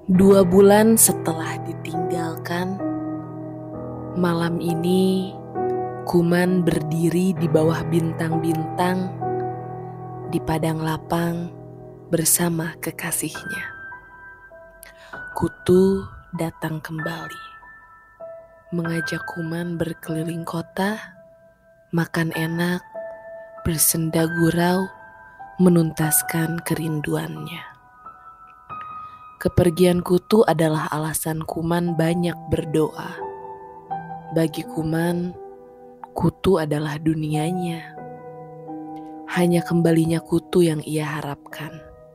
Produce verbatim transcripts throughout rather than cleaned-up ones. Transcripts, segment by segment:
Dua bulan setelah ditinggalkan, malam ini Kuman berdiri di bawah bintang-bintang di padang lapang bersama kekasihnya. Kutu datang kembali, mengajak Kuman berkeliling kota, makan enak, bersenda gurau, menuntaskan kerinduannya. Kepergian Kutu adalah alasan Kuman banyak berdoa. Bagi Kuman, Kutu adalah dunianya. Hanya kembalinya Kutu yang ia harapkan.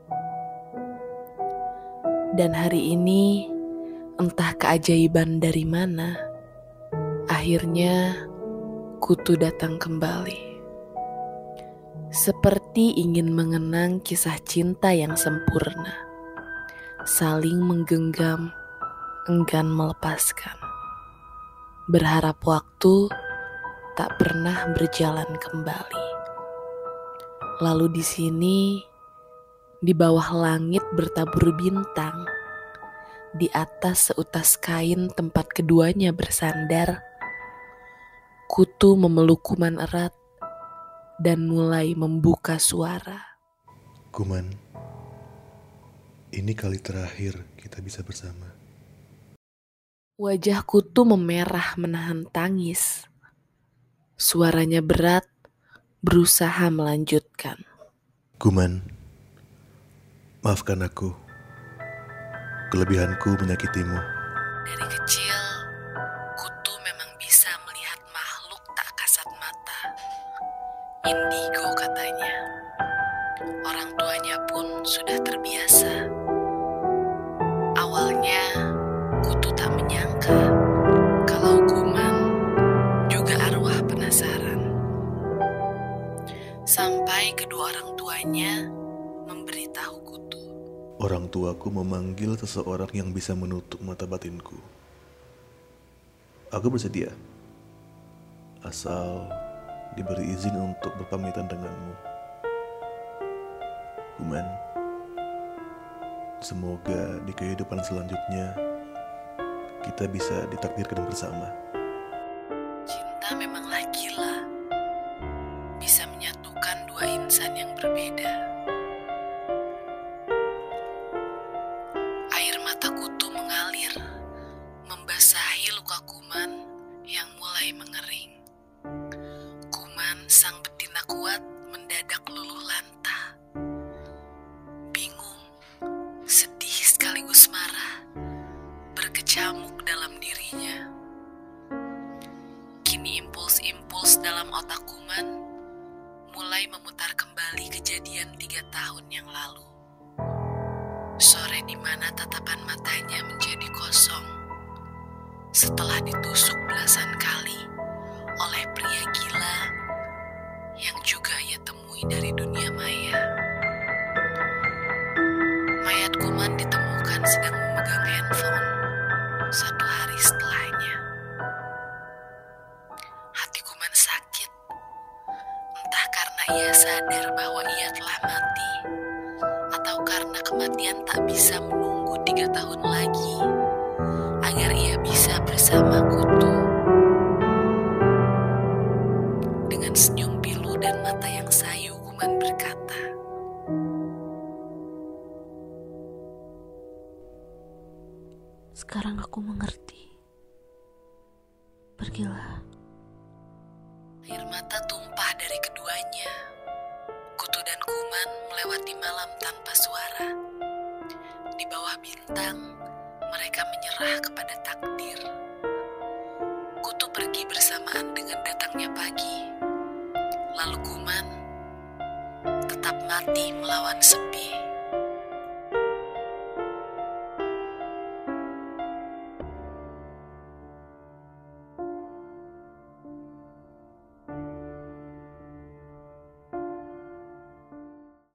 Dan hari ini, entah keajaiban dari mana, akhirnya Kutu datang kembali. Seperti ingin mengenang kisah cinta yang sempurna. Saling menggenggam, enggan melepaskan. Berharap waktu tak pernah berjalan kembali. Lalu di sini, di bawah langit bertabur bintang, di atas seutas kain tempat keduanya bersandar, Kutu memeluk Kuman erat dan mulai membuka suara. Kuman, ini kali terakhir kita bisa bersama. Wajah Kutu memerah menahan tangis. Suaranya berat, berusaha melanjutkan. Kuman, maafkan aku. Kelebihanku menyakitimu. Dari kecil, Kutu memang bisa melihat makhluk tak kasat mata. Indigo katanya. Orang tuanya pun sudah terbiasa. Awalnya, Kutu tak menyangka kalau Kuman juga arwah penasaran. Sampai kedua orang tuanya memberitahu Kutu. Orang tuaku memanggil seseorang yang bisa menutup mata batinku. Aku bersedia, asal diberi izin untuk berpamitan denganmu. Kuman, semoga di kehidupan selanjutnya kita bisa ditakdirkan bersama. Cinta memanglah gila, bisa menyatukan dua insan yang berbeda. Air mata Kutu mengalir, membasahi luka Kuman yang mulai mengering. Kuman sang betina kuat mendadak luluh lantah. Bingung, sedih sekaligus marah, berkecamuk dalam dirinya. Kini impuls-impuls dalam otak Kuman mulai memutar kembali kejadian tiga tahun yang lalu. Sore di mana tatapan matanya menjadi kosong setelah ditusuk belasan kali oleh pria gila yang juga ia temui dari dunia maya. Mayat Kuman ditemukan sedang memegang handphone satu hari setelahnya. Hati Kuman sakit, entah karena ia sadar bahwa ia telah mati, atau karena kematian tak bisa menunggu tiga tahun lagi agar ia bisa bersama Kutu. Dengan senyum pilu dan mata yang sayu, Kuman berkata, "Sekarang aku mengerti. Pergilah." Air mata tumpah dari keduanya. Kutu dan Kuman melewati malam tanpa suara. Di bawah bintang, mereka menyerah kepada takdir. Kutu pergi bersamaan dengan datangnya pagi. Lalu Kuman tetap mati melawan sepi.